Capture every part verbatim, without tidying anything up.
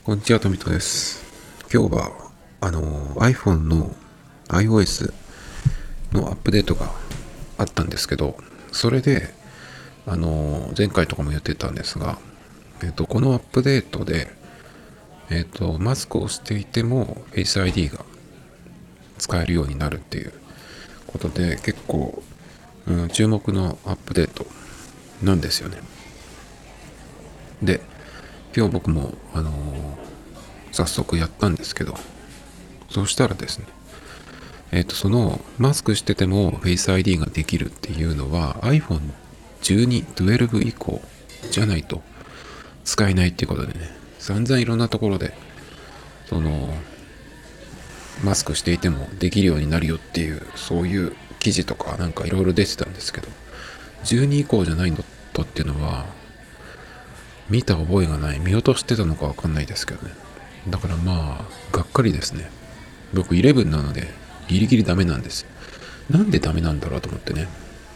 こんにちは、トミトです。今日は、あの、iPhone の iOS のアップデートがあったんですけど、それで、あの、前回とかも言ってたんですが、えっと、このアップデートで、えっと、マスクをしていても Face アイディー が使えるようになるっていうことで、結構、うん、注目のアップデートなんですよね。で、今日僕も、あの早速やったんですけど、そうしたらですね、えっと、そのマスクしてても Face アイディー ができるっていうのは アイフォンじゅうに、じゅうに以降じゃないと使えないっていうことでね、散々いろんなところで、その、マスクしていてもできるようになるよっていう、そういう記事とかなんかいろいろ出てたんですけど、じゅうに以降じゃないのとっていうのは、見た覚えがない、見落としてたのかわかんないですけどね。だからまあ、がっかりですね。僕じゅういちなので、ギリギリダメなんです。なんでダメなんだろうと思ってね。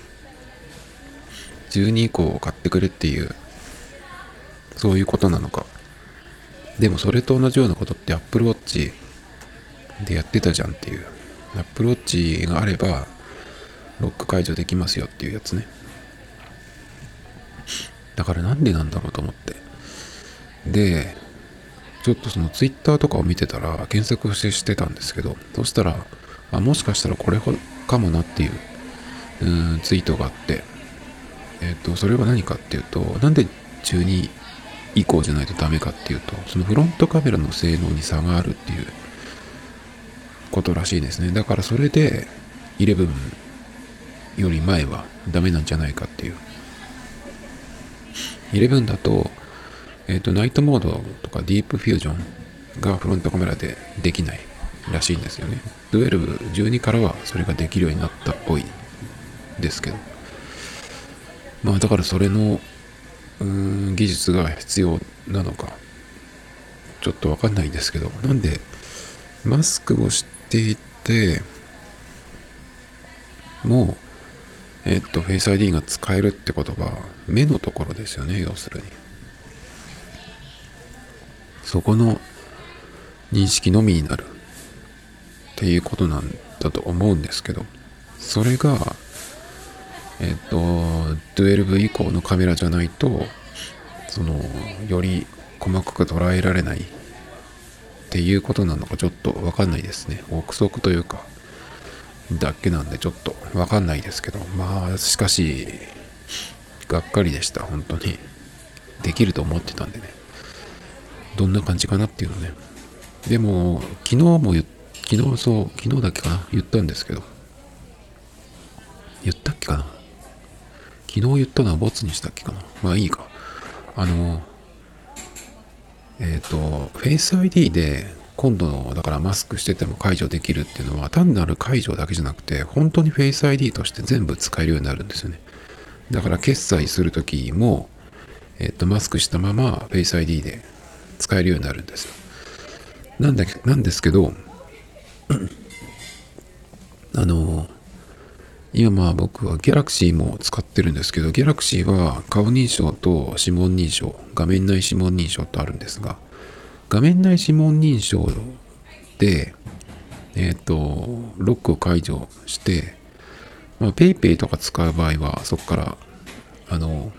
じゅうに以降を買ってくれっていう、そういうことなのか。でもそれと同じようなことって Apple Watch でやってたじゃんっていう。Apple Watch があれば、ロック解除できますよっていうやつね。だからなんでなんだろうと思って。で、ちょっとその Twitter とかを見てたら検索してしてたんですけど、そしたら、あ、もしかしたらこれかもなっていう、うーんツイートがあって、えっと、それは何かっていうと、なんでじゅうに以降じゃないとダメかっていうと、そのフロントカメラの性能に差があるっていうことらしいですね。だからそれでじゅういちより前はダメなんじゃないかっていう。じゅういちだと、えっと、ナイトモードとかディープフュージョンがフロントカメラでできないらしいんですよね。じゅうに、じゅうにからはそれができるようになったっぽいですけど。まあだからそれのうーん技術が必要なのかちょっとわかんないんですけど、なんでマスクをしていてもう、えっと、フェイス アイディー が使えるってことは目のところですよね、要するに。そこの認識のみになるっていうことなんだと思うんですけど、それが、えっと、じゅうに以降のカメラじゃないと、その、より細かく捉えられないっていうことなのかちょっとわかんないですね。憶測というか、だけなんでちょっとわかんないですけど、まあ、しかし、がっかりでした、本当に。できると思ってたんでね。どんな感じかなっていうのね。でも、昨日も言っ、昨日そう、昨日だっけかな言ったんですけど、言ったっけかな昨日言ったのはボツにしたっけかなまあいいか。あの、えっ、ー、と、フェイス アイディー で今度の、だからマスクしてても解除できるっていうのは単なる解除だけじゃなくて、本当にフェイス アイディー として全部使えるようになるんですよね。だから決済するときも、えっ、ー、と、マスクしたままフェイス アイディー で使えるようになるんですよ。なんだなんですけど、あの、今まあ僕は Galaxy も使ってるんですけど、Galaxy は顔認証と指紋認証、画面内指紋認証とあるんですが、画面内指紋認証で、えっ、ー、と、ロックを解除して、まあ、PayPay とか使う場合は、そこから、あの、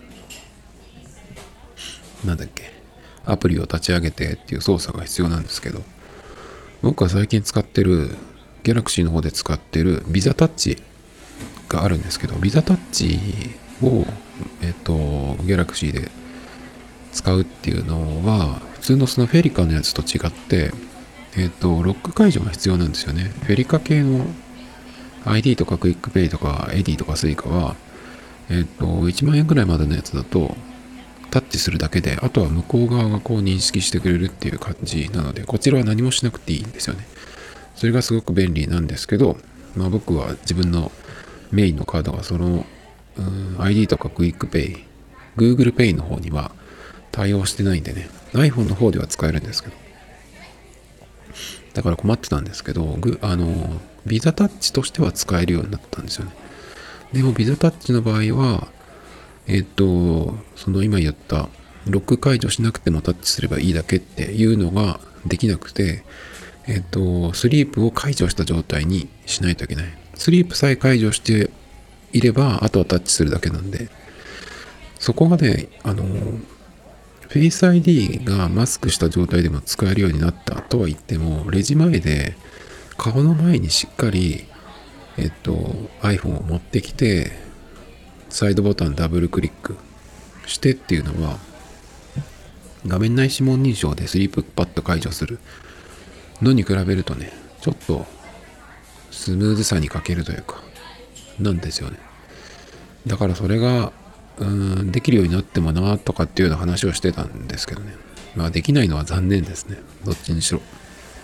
なんだっけ、アプリを立ち上げてっていう操作が必要なんですけど、僕は最近使ってる、Galaxy の方で使ってる Visa Touch があるんですけど、Visa Touch を、えっ、ー、と、Galaxy で使うっていうのは、普通のそのフェリカのやつと違って、えっ、ー、と、ロック解除が必要なんですよね。フェリカ系の アイディー とかクイックペイとかエディとかスイカは、えっ、ー、と、いちまん円くらいまでのやつだと、タッチするだけで、あとは向こう側がこう認識してくれるっていう感じなので、こちらは何もしなくていいんですよね。それがすごく便利なんですけど、まあ僕は自分のメインのカードがその、うん、アイディー とかクイックペイ、Google Pay の方には対応してないんでね、iPhone の方では使えるんですけど、だから困ってたんですけど、あの、ビザタッチとしては使えるようになったんですよね。でもビザタッチの場合は、えっと、その今言ったロック解除しなくてもタッチすればいいだけっていうのができなくて、えっと、スリープを解除した状態にしないといけない。スリープさえ解除していれば、あとはタッチするだけなんで、そこがね、あの、フェイス アイディー がマスクした状態でも使えるようになったとは言っても、レジ前で顔の前にしっかり、えっと、iPhone を持ってきて、サイドボタンダブルクリックしてっていうのは、画面内指紋認証でスリープパッド解除するのに比べるとね、ちょっとスムーズさに欠けるというか、なんですよね。だからそれが、うーん、できるようになってもなとかっていうような話をしてたんですけどね。まあできないのは残念ですね。どっちにしろ。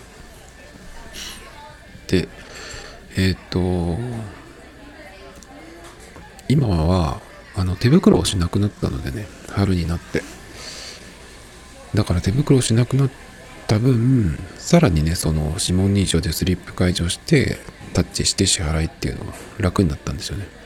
で、えっと、今は、あの、手袋をしなくなったのでね、春になって。だから手袋をしなくなった分、さらにね、その指紋認証でスリップ解除して、タッチして支払いっていうのが楽になったんですよね。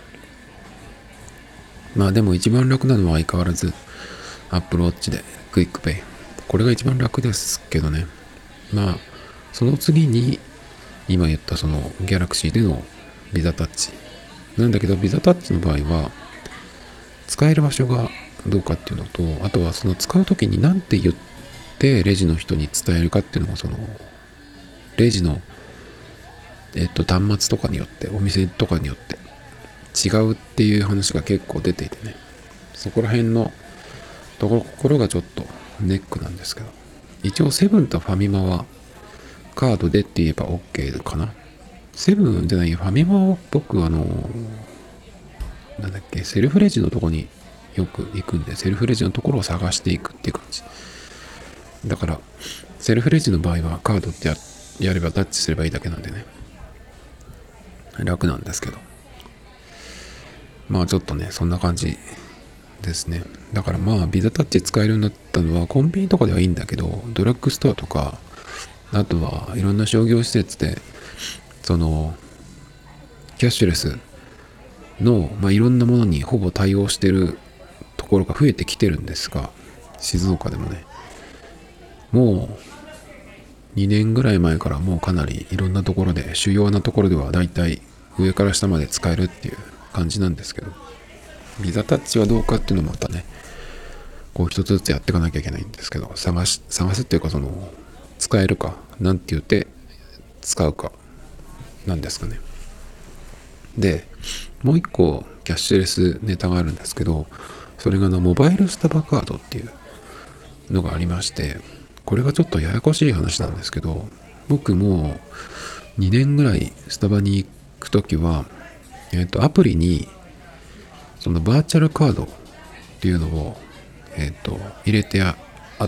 まあでも一番楽なのは相変わらず Apple Watch でクイックペイ。これが一番楽ですけどね。まあ、その次に今言ったその Galaxy でのビザタッチ。なんだけどビザタッチの場合は使える場所がどうかっていうのと、あとはその使うときに何て言ってレジの人に伝えるかっていうのもそのレジのえっと端末とかによってお店とかによって違うっていう話が結構出ていてね、そこら辺のところ心がちょっとネックなんですけど、一応セブンとファミマはカードでって言えば OK かな。セブンじゃないよ、ファミマは僕あのなんだっけ、セルフレジのとこによく行くんで、セルフレジのところを探していくっていう感じだから、セルフレジの場合はカードってややればタッチすればいいだけなんでね、楽なんですけど、まあちょっとね、そんな感じですね。だからまあビザタッチ使えるようになったのはコンビニとかではいいんだけど、ドラッグストアとか、あとはいろんな商業施設でそのキャッシュレスの、まあ、いろんなものにほぼ対応してるところが増えてきてるんですが、静岡でもね、もうにねんぐらい前からもうかなりいろんなところで、主要なところではだいたい上から下まで使えるっていう感じなんですけど、ビザタッチはどうかっていうのもまたね、こう一つずつやっていかなきゃいけないんですけど、探し探すっていうか、その使えるかなんて言って使うかなんですかね。でもう一個キャッシュレスネタがあるんですけど、それがのモバイルスタバカードっていうのがありまして、これがちょっとややこしい話なんですけど、僕もにねんぐらいスタバに行くときは、えっとアプリにそのバーチャルカードっていうのをえっと入れてあって、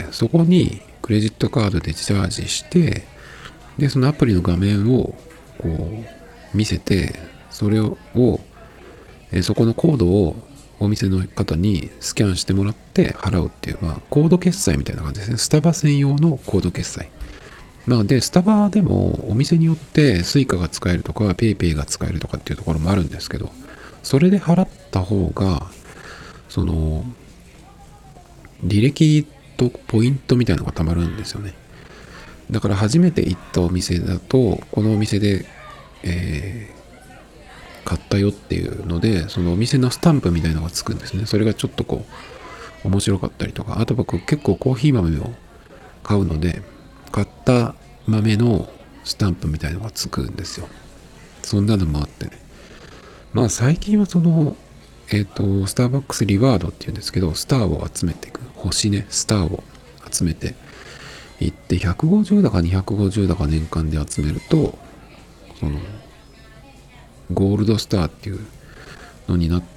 そこにクレジットカードでチャージして、でそのアプリの画面をこう見せて、それをえそこのコードをお店の方にスキャンしてもらって払うっていう、まあ、コード決済みたいな感じですね。スタバ専用のコード決済。まあ、で、スタバでもお店によってスイカが使えるとか、ペイペイが使えるとかっていうところもあるんですけど、それで払った方が、その、履歴とポイントみたいなのがたまるんですよね。だから初めて行ったお店だと、このお店で、えー買ったよっていうので、そのお店のスタンプみたいなのがつくんですね。それがちょっとこう面白かったりとか、あと僕結構コーヒー豆を買うので、買った豆のスタンプみたいなのがつくんですよ。そんなのもあってね。まあ最近はそのえっとスターバックスリワードっていうんですけど、スターを集めていく、星ね、スターを集めていって、ひゃくごじゅうだかにひゃくごじゅうだか年間で集めると、そのゴールドスターっていうのになって、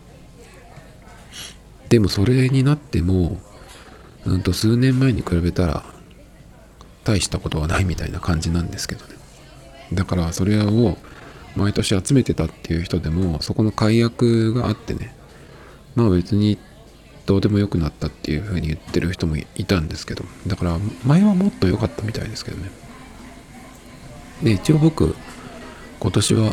でもそれになっても、うんと数年前に比べたら大したことはないみたいな感じなんですけどね。だからそれを毎年集めてたっていう人でも、そこの解約があってね、まあ別にどうでもよくなったっていう風に言ってる人もいたんですけど、だから前はもっと良かったみたいですけどね。で、一応僕今年は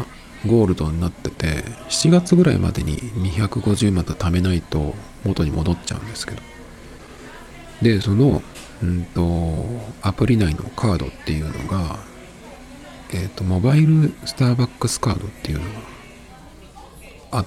ゴールドになってて、しちがつぐらいまでににひゃくごじゅうまた貯めないと元に戻っちゃうんですけど、でそのうんとアプリ内のカードっていうのが、えっとモバイルスターバックスカードっていうのがあって、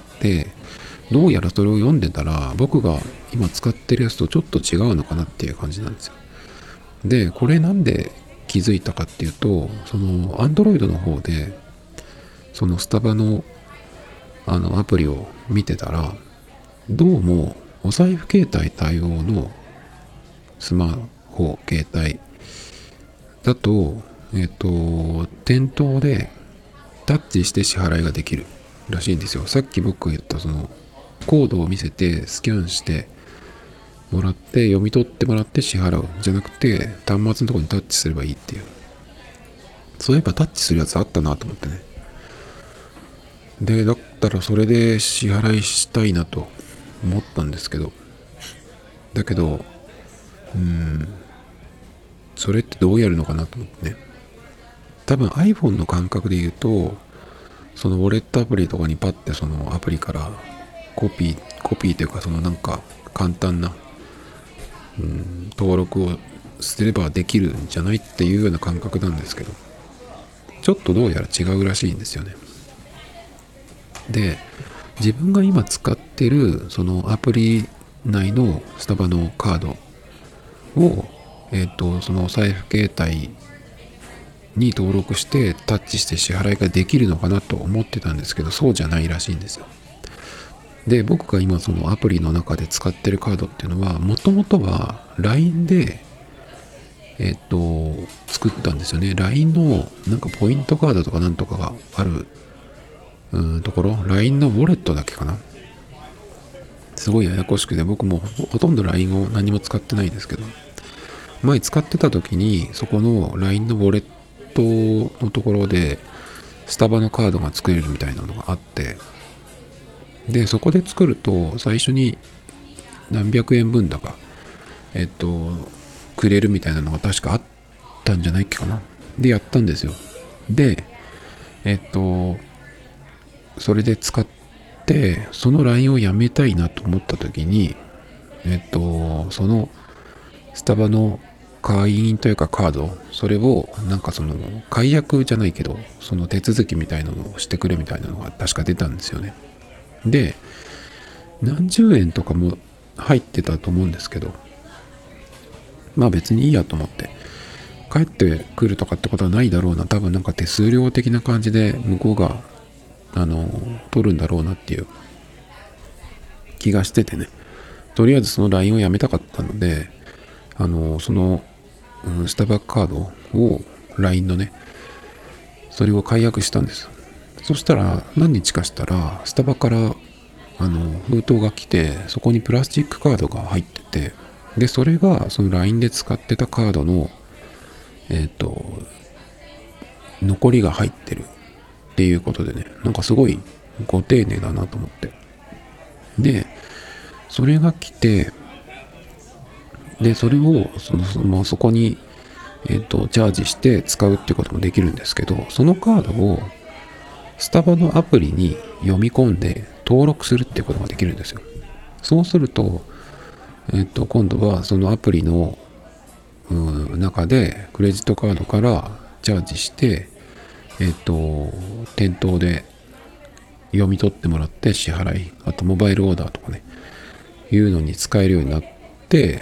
どうやらそれを読んでたら僕が今使ってるやつとちょっと違うのかなっていう感じなんですよ。でこれなんで気づいたかっていうと、その Android の方でそのスタバのあのアプリを見てたら、どうもお財布携帯対応のスマホ携帯だと、えっと店頭でタッチして支払いができるらしいんですよ。さっき僕が言ったそのコードを見せてスキャンしてもらって読み取ってもらって支払うじゃなくて、端末のところにタッチすればいいっていう、そういえばタッチするやつあったなと思ってね。でだったらそれで支払いしたいなと思ったんですけど、だけどうーんそれってどうやるのかなと思ってね。多分 iPhone の感覚で言うと、そのウォレットアプリとかにパッてそのアプリからコピーコピーというか、そのなんか簡単なうん登録をすればできるんじゃないっていうような感覚なんですけど、ちょっとどうやら違うらしいんですよね。で自分が今使ってるそのアプリ内のスタバのカードを、えっとそのお財布携帯に登録してタッチして支払いができるのかなと思ってたんですけど、そうじゃないらしいんですよ。で僕が今そのアプリの中で使ってるカードっていうのは、もともとは ライン でえっと作ったんですよね。 ライン のなんかポイントカードとかなんとかがあるうんところ、 ライン のウォレットだけかな。すごいややこしくて、僕もほとんど ライン を何も使ってないんですけど、前使ってた時にそこの ライン のウォレットのところでスタバのカードが作れるみたいなのがあって、でそこで作ると最初に何百円分だかえっとくれるみたいなのが確かあったんじゃないっけかな。でやったんですよ。でえっとそれで使ってその ライン をやめたいなと思った時に、えっとそのスタバの会員というかカード、それをなんかその解約じゃないけどその手続きみたいなのをしてくれみたいなのが確か出たんですよね。で何十円とかも入ってたと思うんですけど、まあ別にいいやと思って、帰ってくるとかってことはないだろうな、多分なんか手数料的な感じで向こうがあの取るんだろうなっていう気がしててね、とりあえずその ライン をやめたかったので、あのその、うん、スタバカードを ライン のね、それを解約したんです。そしたら何日かしたらスタバからあの封筒が来て、そこにプラスチックカードが入ってて、でそれがその ライン で使ってたカードのえっと残りが入ってるっていうことでね、なんかすごいご丁寧だなと思って、でそれが来て、でそれをそのそのそこにえっとチャージして使うってこともできるんですけど、そのカードをスタバのアプリに読み込んで登録するってことができるんですよ。そうすると、えっと、今度はそのアプリの中でクレジットカードからチャージして、えっと、店頭で読み取ってもらって支払い、あとモバイルオーダーとかね、いうのに使えるようになって、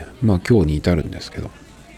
まあ今日に至るんですけど。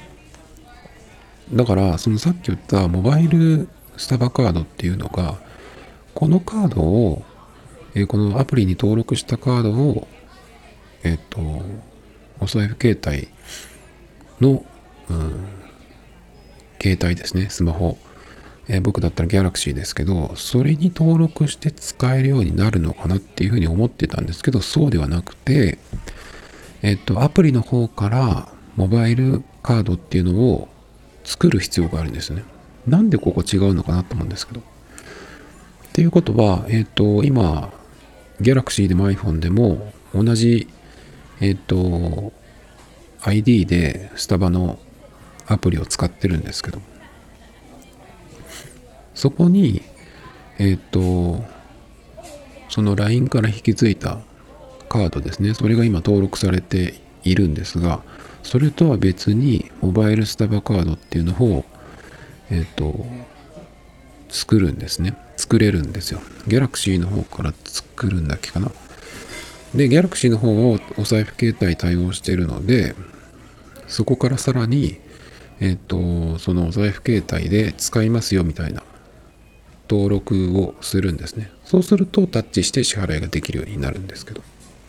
だから、そのさっき言ったモバイルスタバカードっていうのが、このカードを、えーこのアプリに登録したカードを、えっと、お財布携帯の、うん、携帯ですね、スマホ。えー僕だったらギャラクシーですけど、それに登録して使えるようになるのかなっていうふうに思ってたんですけど、そうではなくて、えっと、アプリの方からモバイルカードっていうのを作る必要があるんですね。なんでここ違うのかなと思うんですけど。っていうことは、えっと、今、ギャラクシーでも iPhone でも同じ、えっと、アイディー でスタバのアプリを使ってるんですけど、そこに、 えっと、その ライン から引き継いだカードですね。それが今登録されているんですが、それとは別にモバイルスタバカードっていうのを、えっと、作るんですね。作れるんですよ。ギャラクシーの方から作るんだっけかな。で、ギャラクシーの方はお財布携帯対応しているので、そこからさらに、えっと、そのお財布携帯で使いますよみたいな登録をするんですね。そうするとタッチして支払いができるようになるんですけど、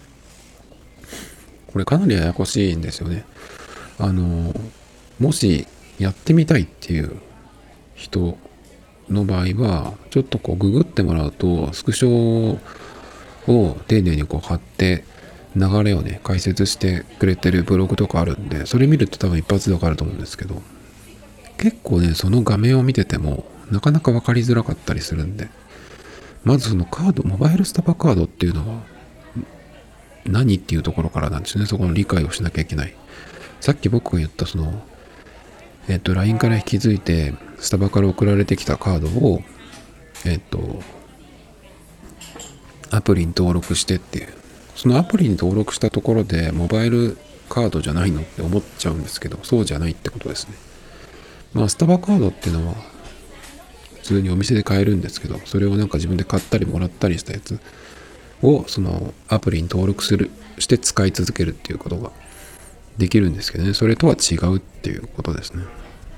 これかなりややこしいんですよね。あの、もしやってみたいっていう人の場合は、ちょっとこうググってもらうと、スクショを丁寧にこう貼って、流れをね、解説してくれてるブログとかあるんで、それ見ると多分一発でわかると思うんですけど、結構ね、その画面を見てても、なかなかわかりづらかったりするんで、まずそのカード、モバイルスタバカードっていうのは何っていうところからなんですね。そこの理解をしなきゃいけない。さっき僕が言ったその、えっと、ライン から引き継いで、スタバから送られてきたカードを、えっと、アプリに登録してっていう。そのアプリに登録したところで、モバイルカードじゃないのって思っちゃうんですけど、そうじゃないってことですね。まあ、スタバカードっていうのは、普通にお店で買えるんですけど、それをなんか自分で買ったりもらったりしたやつを、そのアプリに登録する、して使い続けるっていうことができるんですけどね、それとは違うっていうことですね。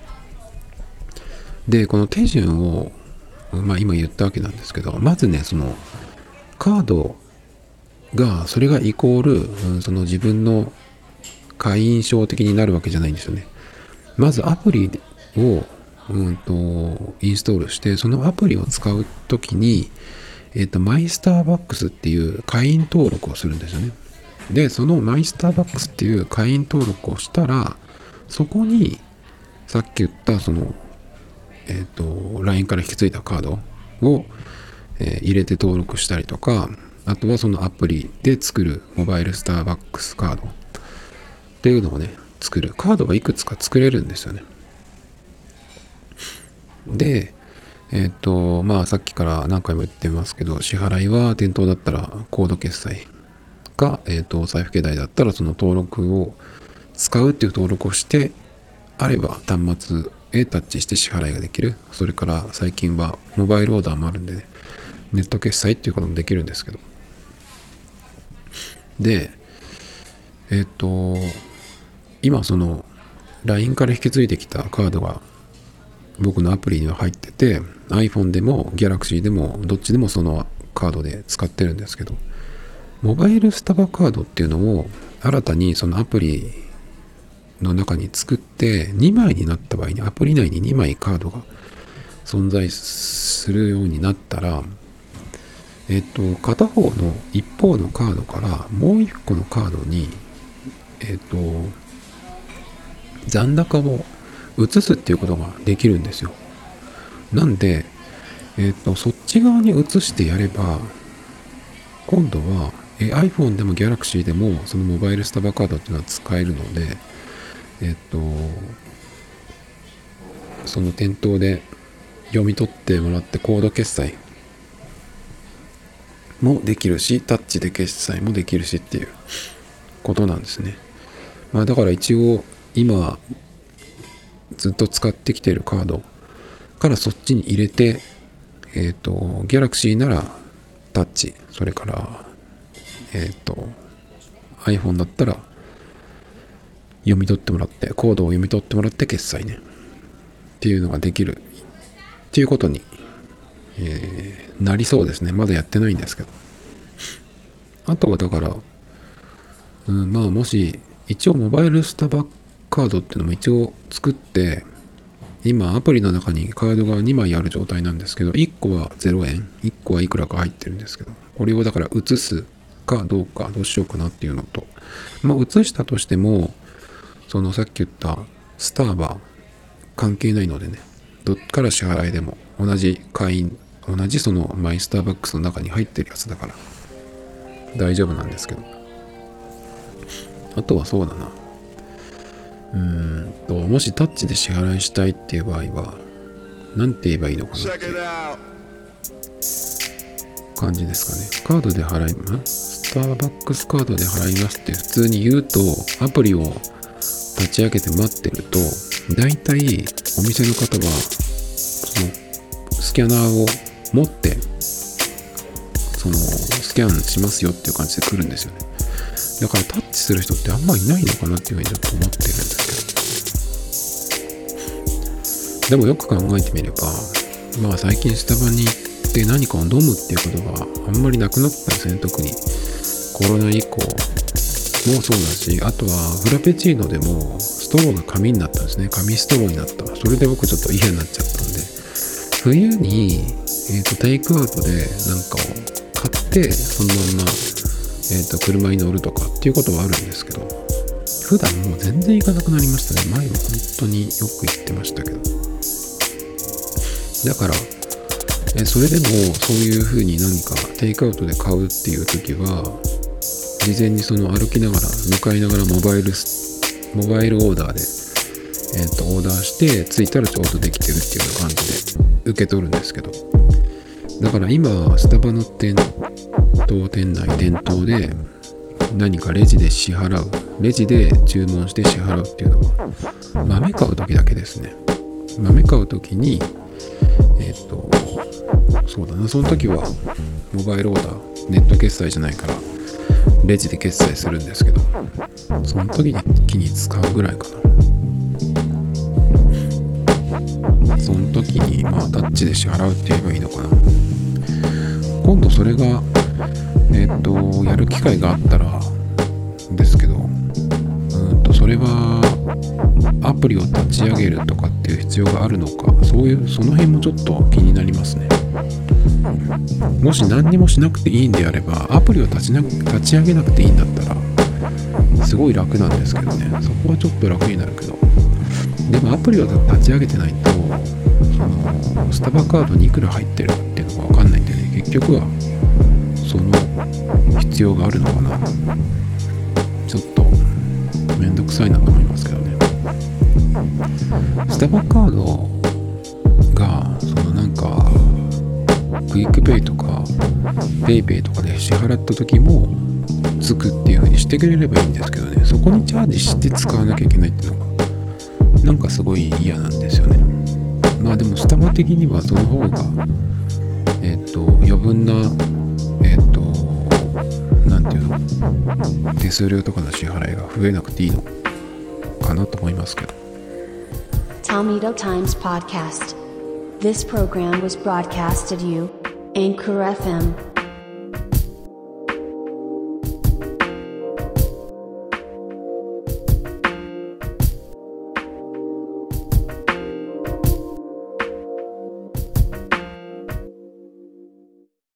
で、この手順を、まあ今言ったわけなんですけど、まずね、そのカードが、それがイコール、うん、その自分の会員証的になるわけじゃないんですよね。まずアプリを、うんと、インストールして、そのアプリを使うときに、えっと、マイスターバックスっていう会員登録をするんですよね。で、そのマイスターバックスっていう会員登録をしたら、そこに、さっき言った、その、えっと、ライン から引き継いだカードを、えー入れて登録したりとか、あとはそのアプリで作るモバイルスターバックスカードっていうのをね、作る。カードがいくつか作れるんですよね。で、えっと、まあさっきから何回も言ってますけど、支払いは店頭だったらコード決済か、えっと、お財布携帯だったらその登録を使うっていう登録をしてあれば端末へタッチして支払いができる。それから最近はモバイルオーダーもあるんでね、ネット決済っていうこともできるんですけど。で、えっと、今その ライン から引き継いできたカードが僕のアプリには入ってて、 iPhone でも Galaxy でもどっちでもそのカードで使ってるんですけど、モバイルスタバカードっていうのを新たにそのアプリの中に作ってにまいになった場合に、アプリ内ににまいカードが存在するようになったら、えっと、片方の一方のカードからもう一個のカードに、えっと、残高を移すっていうことができるんですよ。なんで、えっと、そっち側に移してやれば、今度は、え iPhone でも Galaxy でもそのモバイルスタバカードっていうのは使えるので、えっと、その店頭で読み取ってもらってコード決済もできるし、タッチで決済もできるしっていうことなんですね。まあだから一応今ずっと使ってきているカードからそっちに入れて、えっと、Galaxy ならタッチ、それから、えっと、iPhone だったら読み取ってもらって、コードを読み取ってもらって決済ね。っていうのができるっていうことに、えーなりそうですね。まだやってないんですけど。あとはだから、うん、まあもし、一応モバイルスタバカードっていうのも一応作って、今アプリの中にカードがにまいある状態なんですけど、いっこはゼロえん、いっこはいくらか入ってるんですけど、これをだから移すかどうか、どうしようかなっていうのと、まあ移したとしても、そのさっき言ったスターは関係ないのでね、どっから支払いでも同じ会員、同じそのマイスターバックスの中に入ってるやつだから大丈夫なんですけど、あとはそうだな、うーんと、もしタッチで支払いしたいっていう場合は、なんて言えばいいのかなっていう。 感じですかね。カードで払いますスターバックスカードで払いますって普通に言うと、アプリを立ち上げて待ってると、だいたいお店の方はそのスキャナーを持ってそのスキャンしますよっていう感じで来るんですよね。だからタッチする人ってあんまいないのかなっていうふうにちょっと思ってるんですけど、でもよく考えてみれば、まあ最近スタバに行って何かを飲むっていうことがあんまりなくなったんですね。特にコロナ以降もそうだし、あとはフラペチーノでもストローが紙になったんですね。紙ストローになった。それで僕ちょっと嫌になっちゃったんで、冬に、えーと、テイクアウトでなんかを買ってそのまま、えーと、車に乗るとかっていうことはあるんですけど、普段もう全然行かなくなりましたね。前は本当によく行ってましたけど、だからえそれでもそういう風に何かテイクアウトで買うっていう時は、事前にその歩きながら向かいながらモバイルモバイルオーダーで、えー、とオーダーして着いたらちょうどできてるっていうような感じで受け取るんですけど、だから今スタバの店頭店内店頭で何かレジで支払うレジで注文して支払うっていうのは豆買う時だけですね。豆買う時にえっ、ー、とそうだなその時はモバイルオーダーネット決済じゃないからレジで決済するんですけど、その時に使うぐらいかな。その時にまあタッチで支払うって言えばいいのかな。今度それがえっ、ー、とやる機会があったらですけど、うんとそれはアプリを立ち上げるとかっていう必要があるのか、そういうその辺もちょっと気になりますね。もし何にもしなくていいんであれば、アプリを立ちな立ち上げなくていいんだったらすごい楽なんですけどね。そこはちょっと楽になるけど、でもアプリを立ち上げてないとそのスタバカードにいくら入ってるっていうのが分かんないんでね、結局はその必要があるのかな。ちょっとめんどくさいなと思いますけどね。スタバカードがそのなんかクイックペイとかペイペイとかで支払った時もつくっていう風にしてくれればいいんですけどね、そこにチャージして使わなきゃいけないっていうのがなんかすごい嫌なんですよね。まあでもスタバ的にはその方がえっ、ー、と余分なえっ、ー、となんていうの手数料とかの支払いが増えなくていいのかなと思いますけど。 Tomato Times Podcast. This program was broadcasted you Anchor エフエム